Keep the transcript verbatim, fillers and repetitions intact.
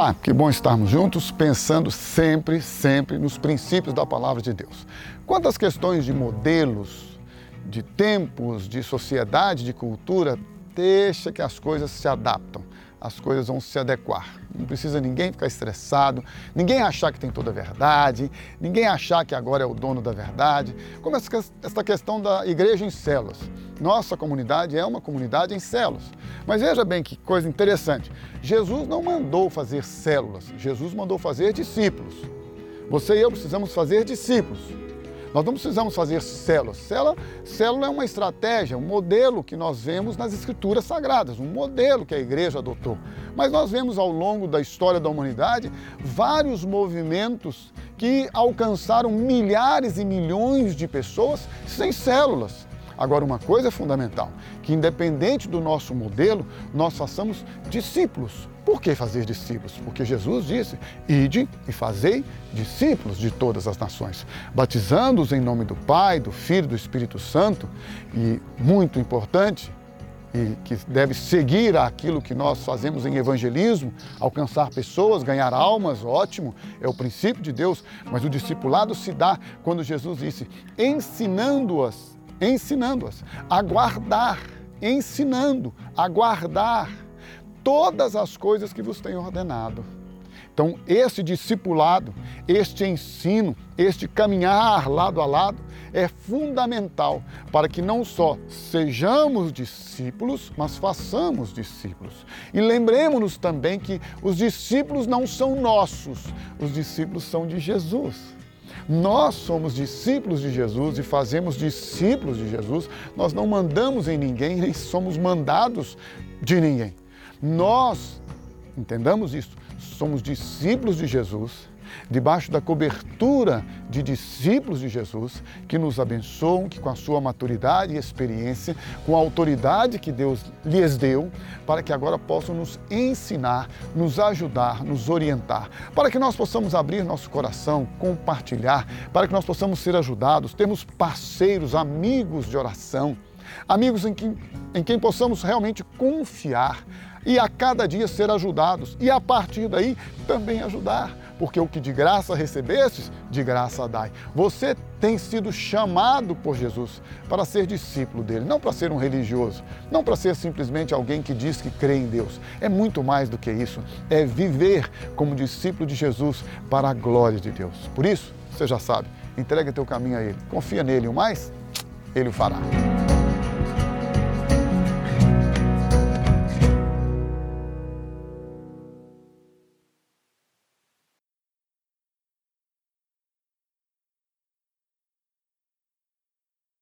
Olá, que bom estarmos juntos, pensando sempre, sempre nos princípios da Palavra de Deus. Quanto às questões de modelos, de tempos, de sociedade, de cultura, deixa que as coisas se adaptam, as coisas vão se adequar. Não precisa ninguém ficar estressado, ninguém achar que tem toda a verdade, ninguém achar que agora é o dono da verdade. Como essa questão da igreja em células. Nossa comunidade é uma comunidade em células. Mas veja bem que coisa interessante. Jesus não mandou fazer células, Jesus mandou fazer discípulos. Você e eu precisamos fazer discípulos. Nós não precisamos fazer células. Célula, célula é uma estratégia, um modelo que nós vemos nas Escrituras Sagradas, um modelo que a igreja adotou. Mas nós vemos ao longo da história da humanidade vários movimentos que alcançaram milhares e milhões de pessoas sem células. Agora, uma coisa é fundamental, que independente do nosso modelo, nós façamos discípulos. Por que fazer discípulos? Porque Jesus disse, ide e fazei discípulos de todas as nações, batizando-os em nome do Pai, do Filho e do Espírito Santo, e muito importante, e que deve seguir aquilo que nós fazemos em evangelismo, alcançar pessoas, ganhar almas, ótimo, é o princípio de Deus, mas o discipulado se dá quando Jesus disse, ensinando-as, ensinando-as a guardar, ensinando a guardar todas as coisas que vos tenho ordenado. Então, este discipulado, este ensino, este caminhar lado a lado é fundamental para que não só sejamos discípulos, mas façamos discípulos. E lembremos-nos também que os discípulos não são nossos, os discípulos são de Jesus. Nós somos discípulos de Jesus e fazemos discípulos de Jesus. Nós não mandamos em ninguém, nem somos mandados de ninguém. Nós, entendamos isso, somos discípulos de Jesus, debaixo da cobertura de discípulos de Jesus, que nos abençoam, que com a sua maturidade e experiência, com a autoridade que Deus lhes deu, para que agora possam nos ensinar, nos ajudar, nos orientar, para que nós possamos abrir nosso coração, compartilhar, para que nós possamos ser ajudados, termos parceiros, amigos de oração, amigos em quem, em quem possamos realmente confiar, e a cada dia ser ajudados, e a partir daí também ajudar, porque o que de graça recebestes, de graça dai. Você tem sido chamado por Jesus para ser discípulo dele, não para ser um religioso, não para ser simplesmente alguém que diz que crê em Deus. É muito mais do que isso, é viver como discípulo de Jesus para a glória de Deus. Por isso, você já sabe, entrega teu caminho a Ele, confia nele, o mais, Ele o fará.